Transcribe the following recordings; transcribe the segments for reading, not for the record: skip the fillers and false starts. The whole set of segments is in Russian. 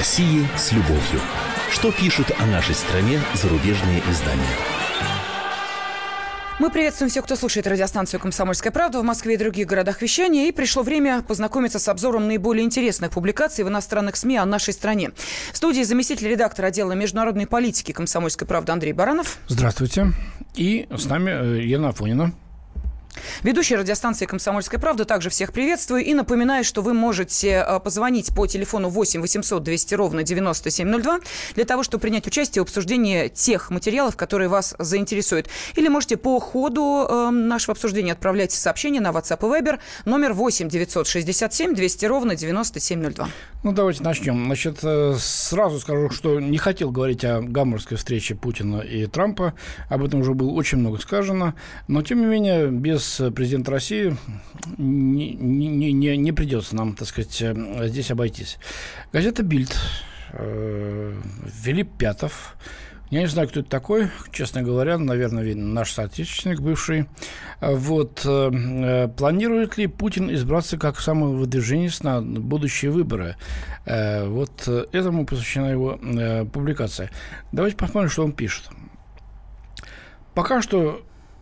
России с любовью. Что пишут о нашей стране зарубежные издания? Мы приветствуем всех, кто слушает радиостанцию «Комсомольская правда» в Москве и других городах вещания. И пришло время познакомиться с обзором наиболее интересных публикаций в иностранных СМИ о нашей стране. В студии заместитель редактора отдела международной политики «Комсомольской правды» Андрей Баранов. Здравствуйте. И с нами Елена Афонина. Ведущая радиостанции «Комсомольская правда». Также всех приветствую и напоминаю, что вы можете позвонить по телефону 8 800 200 ровно 9702 для того, чтобы принять участие в обсуждении тех материалов, которые вас заинтересуют. Или можете по ходу нашего обсуждения отправлять сообщение на WhatsApp и Viber номер 8 967 200 ровно 9702. Ну, давайте начнем. Значит, сразу скажу, что не хотел говорить о гамбургской встрече Путина и Трампа. Об этом уже было очень много сказано. Но, тем не менее, без президента России не придется нам, так сказать, здесь обойтись. Газета «Бильд», Филипп Пятов. Я не знаю, кто это такой, честно говоря, наверное, наш соотечественник бывший. Вот. Планирует ли Путин избраться как самовыдвиженец на будущие выборы? Вот этому посвящена его публикация. Давайте посмотрим, что он пишет. Пока что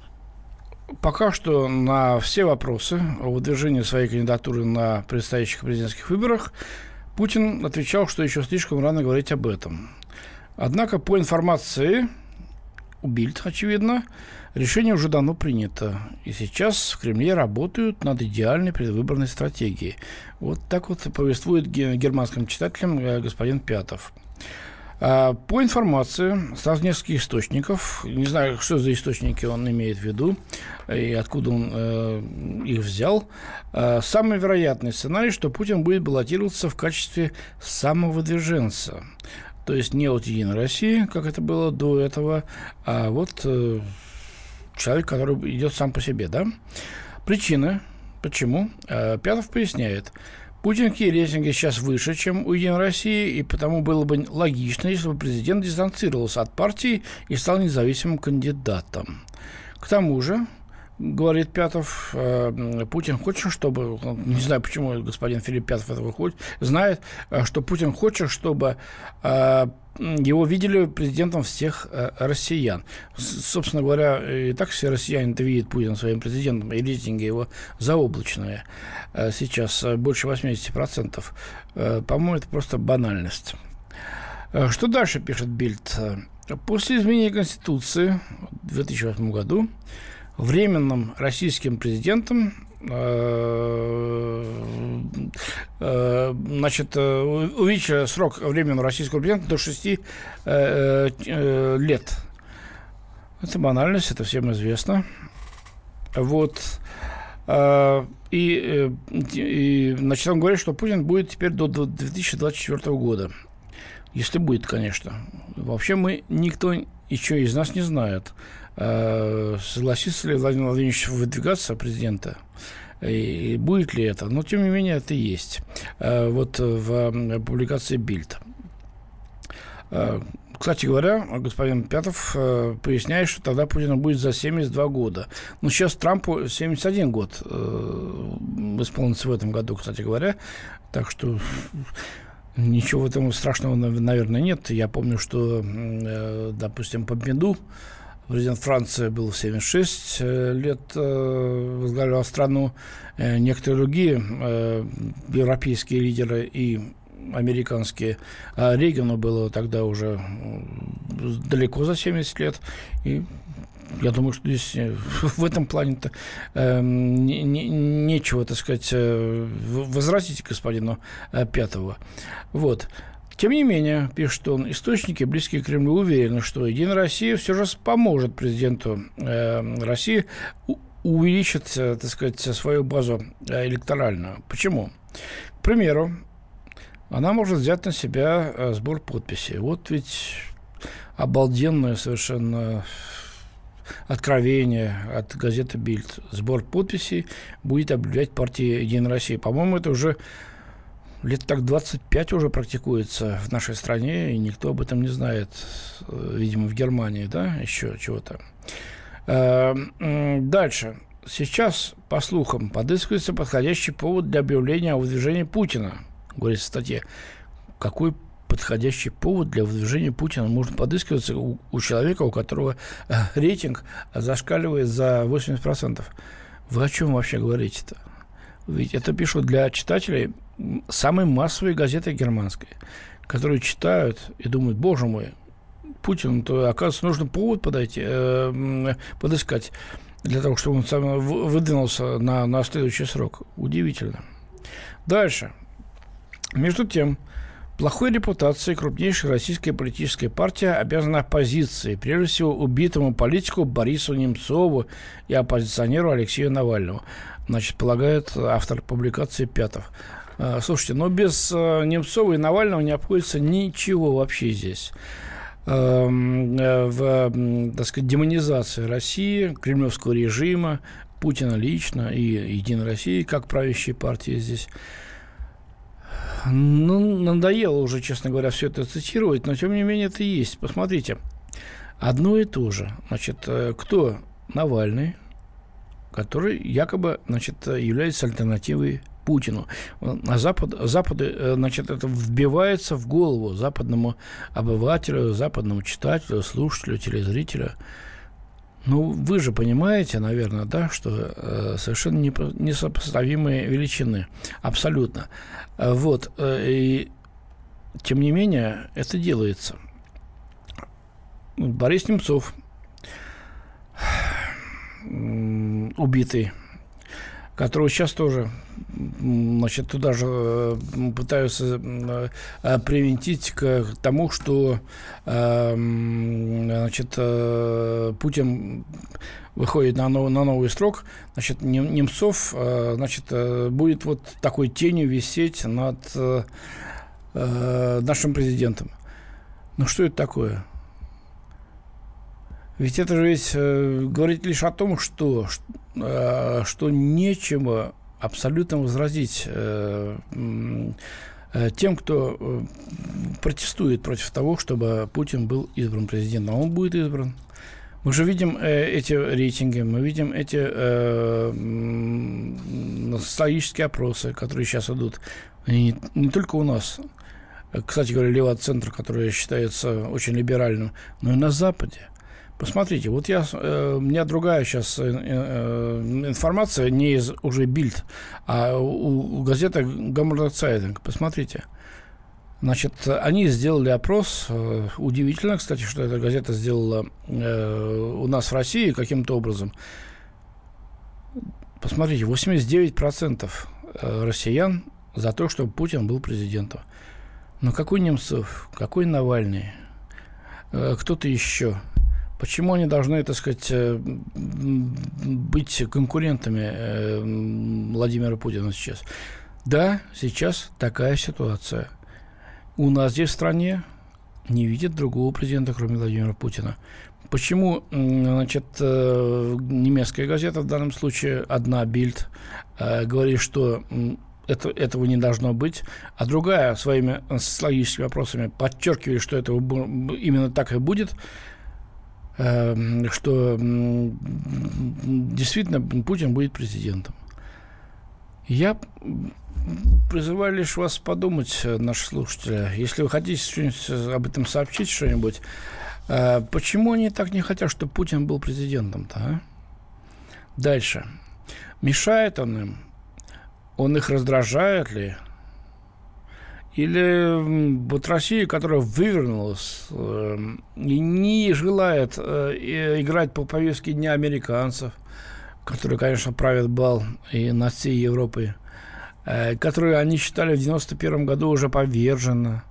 на все вопросы о выдвижении своей кандидатуры на предстоящих президентских выборах Путин отвечал, что еще слишком рано говорить об этом. Однако, по информации у Бильд, очевидно, решение уже давно принято. И сейчас в Кремле работают над идеальной предвыборной стратегией. Вот так вот повествует германским читателям господин Пятов. По информации, сразу нескольких источников, не знаю, что за источники он имеет в виду и откуда он их взял, самый вероятный сценарий, что Путин будет баллотироваться в качестве самовыдвиженца. То есть не от «Единой России», как это было до этого, а вот человек, который идет сам по себе, да? Причины, почему, Пятов поясняет. Путинские рейтинги сейчас выше, чем у «Единой России», и потому было бы логично, если бы президент дистанцировался от партии и стал независимым кандидатом. К тому же, говорит Пятов, Путин хочет, чтобы... Не знаю, почему господин Филипп Пятов этого хочет. Знает, что Путин хочет, чтобы его видели президентом всех россиян. Собственно говоря, и так все россияне-то видят Путина своим президентом, и рейтинги его заоблачные. Сейчас больше 80%. По-моему, это просто банальность. Что дальше пишет Бильд? После изменения Конституции в 2008 году временным российским президентом увеличили срок временного российского президента до 6 лет. Это банальность, это всем известно. Вот. И значит, он говорит, что Путин будет теперь до 2024 года. Если будет, конечно. Вообще никто еще из нас не знает, согласится ли Владимир Владимирович выдвигаться президента, и будет ли это. Но, тем не менее, это и есть. Вот в публикации «Бильд». Кстати говоря, господин Пятов поясняет, что тогда Путину будет за 72 года. Но сейчас Трампу 71 год исполнится в этом году, кстати говоря. Так что ничего в этом страшного, наверное, нет. Я помню, что, допустим, Помпиду, президент Франции, был в 76 лет, возглавлял страну. Некоторые другие европейские лидеры и американские. А Рейгану было тогда уже далеко за 70 лет. И я думаю, что здесь в этом плане-то нечего, так сказать, возразить господину Пятову. Вот. Тем не менее, пишет он, источники, близкие к Кремлю, уверены, что «Единая Россия» все же поможет президенту России увеличить, так сказать, свою базу электоральную. Почему? К примеру, она может взять на себя сбор подписей. Вот ведь обалденное совершенно откровение от газеты «Бильд». Сбор подписей будет объявлять партия «Единая Россия». По-моему, это уже лет так 25 уже практикуется в нашей стране, и никто об этом не знает, видимо, в Германии, да, еще чего-то. Дальше. Сейчас, по слухам, подыскивается подходящий повод для объявления о выдвижении Путина, говорится в статье. Какой подходящий повод для выдвижения Путина может подыскиваться у человека, у которого рейтинг зашкаливает за 80%. Вы о чем вообще говорите-то? Ведь это пишут для читателей самой массовой газеты германской, которые читают и думают: боже мой, Путину, то, оказывается, нужно повод подыскать для того, чтобы он сам выдвинулся на следующий срок. Удивительно. Дальше. Между тем, плохой репутацией крупнейшая российская политическая партия обязана оппозиции, прежде всего убитому политику Борису Немцову и оппозиционеру Алексею Навальному, значит, полагает автор публикации Пятов. Слушайте, но без Немцова и Навального не обходится ничего вообще здесь. В, так сказать, демонизации России, кремлевского режима, Путина лично и Единой России, как правящей партии здесь. Ну, надоело уже, честно говоря, все это цитировать, но, тем не менее, это и есть. Посмотрите, одно и то же. Значит, кто? Навальный, который якобы, значит, является альтернативой Путину. А Западу, значит, это вбивается в голову западному обывателю, западному читателю, слушателю, телезрителю. Ну, вы же понимаете, наверное, да, что совершенно несопоставимые величины. Абсолютно. Вот. И, тем не менее, это делается. Борис Немцов, убитый, которого сейчас тоже, значит, туда же пытаются привинтить к тому, что, значит, Путин выходит на новый срок. Значит, Немцов, значит, будет вот такой тенью висеть над нашим президентом. Ну, что это такое? Ведь это же говорит лишь о том, что нечего абсолютно возразить тем, кто протестует против того, чтобы Путин был избран президентом. А он будет избран. Мы же видим эти рейтинги, мы видим эти социологические опросы, которые сейчас идут. И не только у нас. Кстати говоря, Левада-центр, который считается очень либеральным, но и на Западе. Посмотрите, вот у меня другая сейчас информация, не из уже Бильд, а у газеты Гамбургер Цайтинг. Посмотрите. Значит, они сделали опрос. Удивительно, кстати, что эта газета сделала у нас в России каким-то образом. Посмотрите, 89% россиян за то, чтобы Путин был президентом. Но какой Немцов, какой Навальный, кто-то еще? Почему они должны, так сказать, быть конкурентами Владимира Путина сейчас? Да, сейчас такая ситуация. У нас здесь в стране не видят другого президента, кроме Владимира Путина. Почему, значит, немецкая газета, в данном случае одна, Бильд, говорит, что этого не должно быть, а другая своими социологическими вопросами подчеркивает, что это именно так и будет, что действительно Путин будет президентом. Я призываю лишь вас подумать, наши слушатели, если вы хотите что-нибудь об этом сообщить, что-нибудь, почему они так не хотят, чтобы Путин был президентом-то, а? Дальше. Мешает он им? Он их раздражает ли? Или вот Россия, которая вывернулась и не желает играть по повестке дня американцев, которые, конечно, правят бал и над всей Европой, которые они считали в 91 году уже повержена.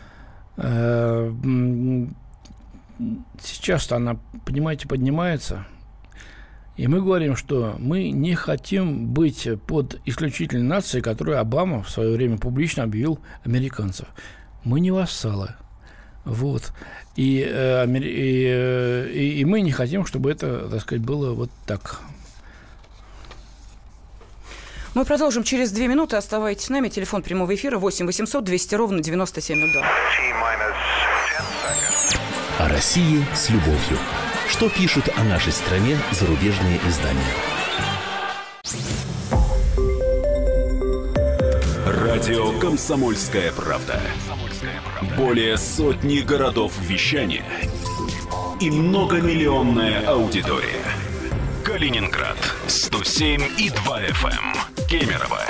Сейчас-то она, понимаете, поднимается. И мы говорим, что мы не хотим быть под исключительной нацией, которую Обама в свое время публично объявил американцев. Мы не вассалы. Вот. И мы не хотим, чтобы это, так сказать, было вот так. Мы продолжим через 2 минуты. Оставайтесь с нами. Телефон прямого эфира 8 800 200 ровно 9702. О России с любовью. Что пишут о нашей стране зарубежные издания? Радио «Комсомольская правда». Более сотни городов вещания и многомиллионная аудитория. Калининград 107,2 FM, Кемерово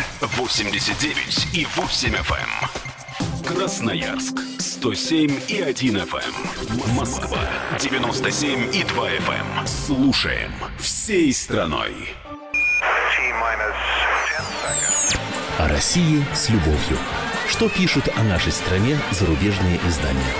89,8 FM, Красноярск 107,1 FM, Москва 97,2 FM. Слушаем всей страной. О России с любовью. Что пишут о нашей стране зарубежные издания?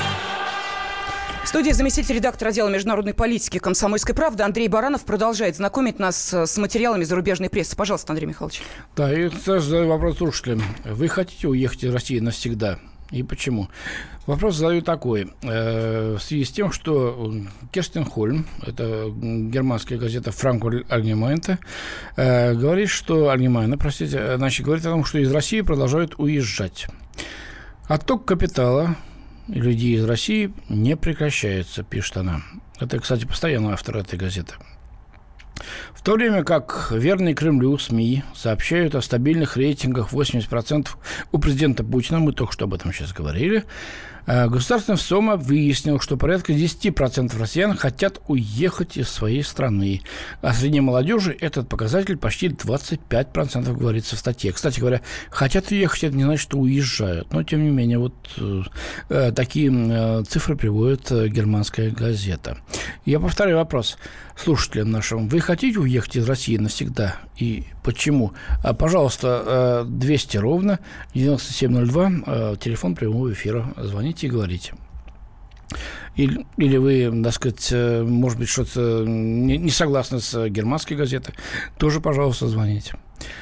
В студии заместитель редактора отдела международной политики «Комсомольской правды» Андрей Баранов продолжает знакомить нас с материалами зарубежной прессы. Пожалуйста, Андрей Михайлович. Да, и задаю вопрос слушателям. Вы хотите уехать из России навсегда? И почему? Вопрос задаю такой. В связи с тем, что Керстен Хольм, это германская газета «Frankfurter Allgemeine», говорит, что говорит о том, что из России продолжают уезжать. Отток капитала и людей из России не прекращается, пишет она. Это, кстати, постоянный автор этой газеты. В то время как верные Кремлю СМИ сообщают о стабильных рейтингах 80% у президента Путина, мы только что об этом сейчас говорили, Государственная Дума выяснила, что порядка 10% россиян хотят уехать из своей страны. А среди молодежи этот показатель почти 25%, говорится в статье. Кстати говоря, хотят уехать, это не значит, что уезжают. Но, тем не менее, вот такие цифры приводит германская газета. Я повторяю вопрос слушателям нашим. Вы хотите уехать из России навсегда? И почему? Пожалуйста, 200 ровно 9702, телефон прямого эфира. Звоните и говорите. Или вы, так сказать, может быть, что-то не согласны с германской газетой, тоже, пожалуйста, звоните.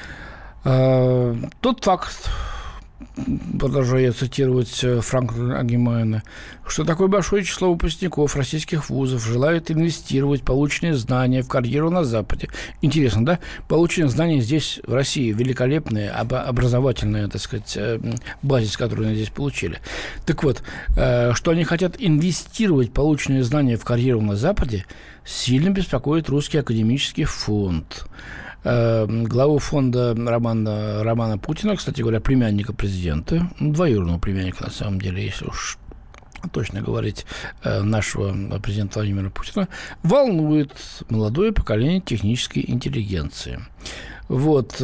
Тот факт, продолжаю я цитировать Frankfurter Allgemeine, что такое большое число выпускников российских вузов желает инвестировать полученные знания в карьеру на Западе. Интересно, да? Полученные знания здесь, в России, великолепные, образовательные, так сказать, базис, которые они здесь получили. Так вот, что они хотят инвестировать полученные знания в карьеру на Западе, сильно беспокоит Русский академический фонд. Главу фонда Романа Путина, кстати говоря, племянника президента, двоюродного племянника, на самом деле, если уж точно говорить, нашего президента Владимира Путина, волнует молодое поколение технической интеллигенции. Вот.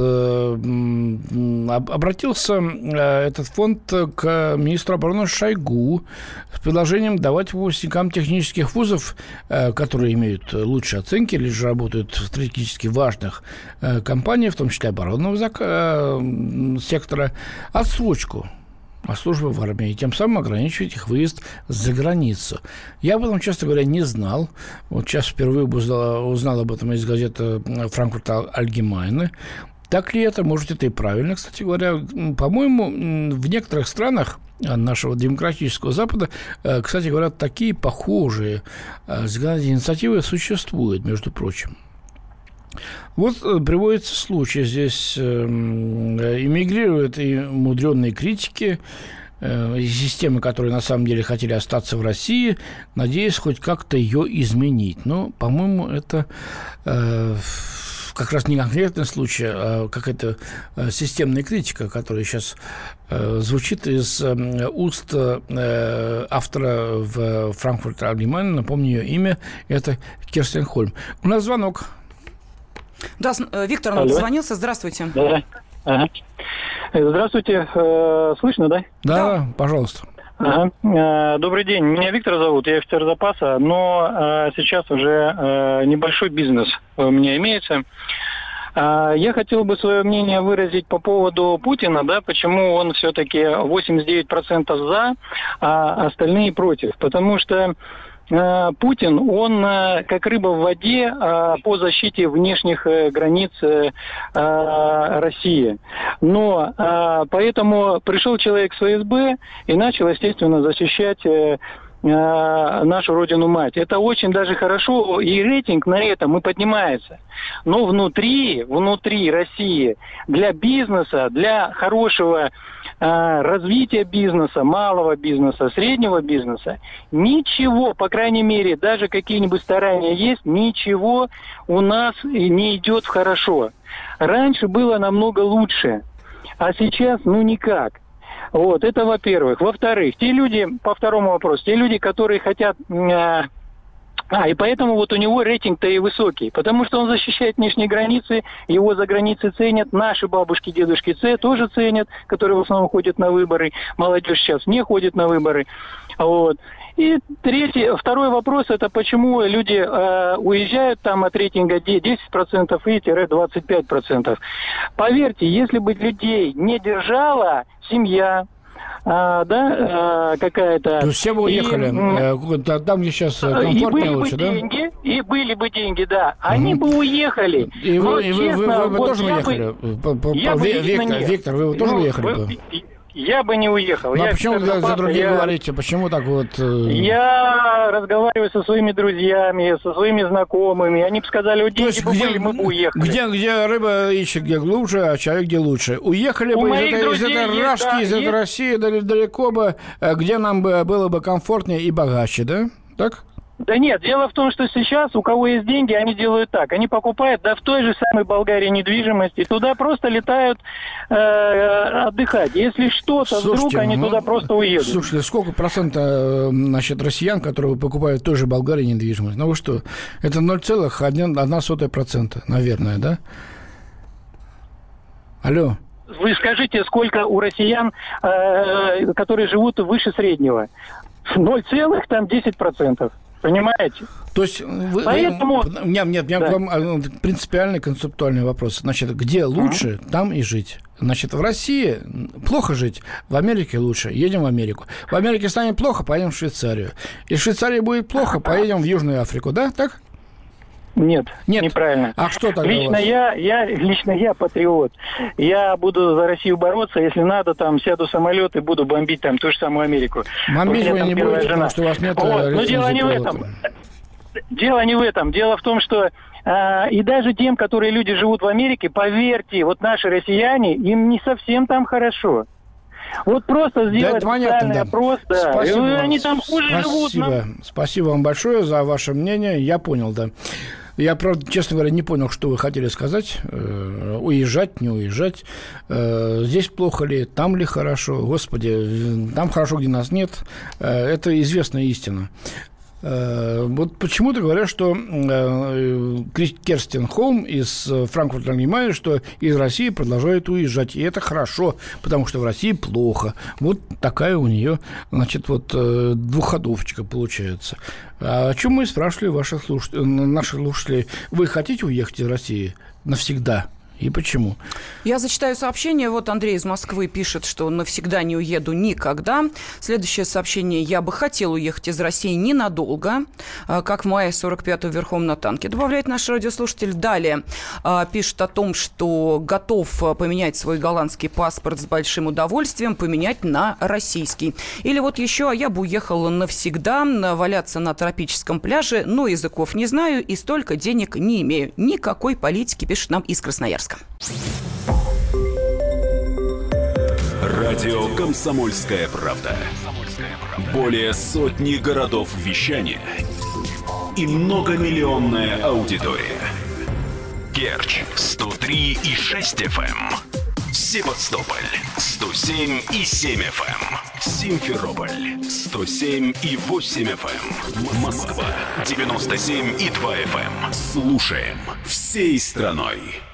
Обратился этот фонд к министру обороны Шойгу с предложением давать выпускникам технических вузов, которые имеют лучшие оценки или же работают в стратегически важных компаниях, в том числе оборонного сектора, отсрочку от службы в армии, и тем самым ограничивать их выезд за границу. Я об этом, честно говоря, не знал. Вот сейчас впервые узнал об этом из газеты Frankfurter Allgemeine. Так ли это? Может, это и правильно, кстати говоря. По-моему, в некоторых странах нашего демократического Запада, кстати говоря, такие похожие законодательные инициативы существуют, между прочим. Вот приводится случай. Здесь эмигрируют и мудреные критики системы, которые на самом деле хотели остаться в России, надеясь хоть как-то ее изменить. Но, по-моему, это как раз не конкретный случай, а какая-то системная критика, которая сейчас звучит из уст автора в Frankfurter Allgemeine. Напомню, ее имя – это Керстен Хольм. У нас звонок. Да, Виктор нам дозвонился. Здравствуйте. Да. Ага. Здравствуйте. Слышно, да? Да, пожалуйста. Ага. Добрый день. Меня Виктор зовут, я офицер запаса, но сейчас уже небольшой бизнес у меня имеется. Я хотел бы свое мнение выразить по поводу Путина, да, почему он все-таки 89% за, а остальные против. Потому что Путин, он как рыба в воде по защите внешних границ России. Но поэтому пришел человек с ФСБ и начал, естественно, защищать нашу родину-мать. Это очень даже хорошо, и рейтинг на этом и поднимается. Но внутри России для бизнеса, для хорошего развития бизнеса, малого бизнеса, среднего бизнеса, ничего, по крайней мере, даже какие-нибудь старания есть, ничего у нас не идет хорошо. Раньше было намного лучше. А сейчас, никак. Вот, это во-первых. Во-вторых, по второму вопросу, те люди, которые хотят... и поэтому вот у него рейтинг-то и высокий, потому что он защищает внешние границы, его за границей ценят, наши бабушки, дедушки тоже ценят, которые в основном ходят на выборы, молодежь сейчас не ходит на выборы, вот. И второй вопрос, это почему люди уезжают там от рейтинга 10% и 25%. Поверьте, если бы людей не держала семья, какая-то... То есть все бы уехали, там, где сейчас комфортнее лучше, да? И были бы деньги, да. Они бы уехали. И вы тоже уехали? Виктор, вы тоже уехали бы? Я бы не уехал. А почему вы за других говорите? Почему так вот? Я разговариваю со своими друзьями, со своими знакомыми. Они бы сказали, деньги бы были, мы бы уехали. Где рыба ищет, где глубже, а человек где лучше. Уехали бы из этой Рашки, из этой России далеко бы, где нам было бы комфортнее и богаче, да? Так? Да нет, дело в том, что сейчас у кого есть деньги, они делают так. Они покупают, в той же самой Болгарии недвижимость, и туда просто летают отдыхать. Если что-то, вдруг они туда просто уедут. Слушайте, сколько процентов, россиян, которые покупают в той же Болгарии недвижимость? Ну вы что, это 0,1%, наверное, да? Алло. Вы скажите, сколько у россиян, которые живут выше среднего? 0,10%. Понимаете? То есть, поэтому... Нет, к вам принципиальный концептуальный вопрос. Значит, где лучше, там и жить. Значит, в России плохо жить, в Америке лучше, едем в Америку. В Америке станет плохо, поедем в Швейцарию. И в Швейцарии будет плохо, поедем в Южную Африку, да? Так? Нет, неправильно. А что тогда лично я патриот. Я буду за Россию бороться, если надо, там сяду в самолет и буду бомбить там ту же самую Америку. Бомбить вы не будете, потому что у вас нет лицензии. Дело не в этом. Дело не в этом. Дело в том, что и даже тем, которые люди живут в Америке, поверьте, вот наши россияне, им не совсем там хорошо. Вот просто сделать специальный опрос, и они там хуже живут. Спасибо вам большое за ваше мнение, я понял, да. Я, правда, честно говоря, не понял, что вы хотели сказать. Уезжать, не уезжать. Здесь плохо ли, там ли хорошо. Господи, там хорошо, где нас нет. Это известная истина. Вот почему-то говорят, что Керстен Холм из Франкфурта Allgemeine, что из России продолжает уезжать. И это хорошо, потому что в России плохо. Вот такая у нее, двухходовочка получается. А о чем мы спрашивали наших слушателей? Вы хотите уехать из России навсегда? И почему? Я зачитаю сообщение. Вот Андрей из Москвы пишет, что навсегда не уеду никогда. Следующее сообщение. Я бы хотел уехать из России ненадолго, как в мае 45-го верхом на танке. Добавляет наш радиослушатель. Далее пишет о том, что готов поменять свой голландский паспорт с большим удовольствием, поменять на российский. Или вот еще, я бы уехала навсегда, валяться на тропическом пляже, но языков не знаю и столько денег не имею. Никакой политики, пишет нам из Красноярска. Радио «Комсомольская правда». Более сотни городов вещания и многомиллионная аудитория. Керчь 103,6 FM, Севастополь 107,7 FM, Симферополь 107,8 FM, Москва 97,2 FM. Слушаем всей страной.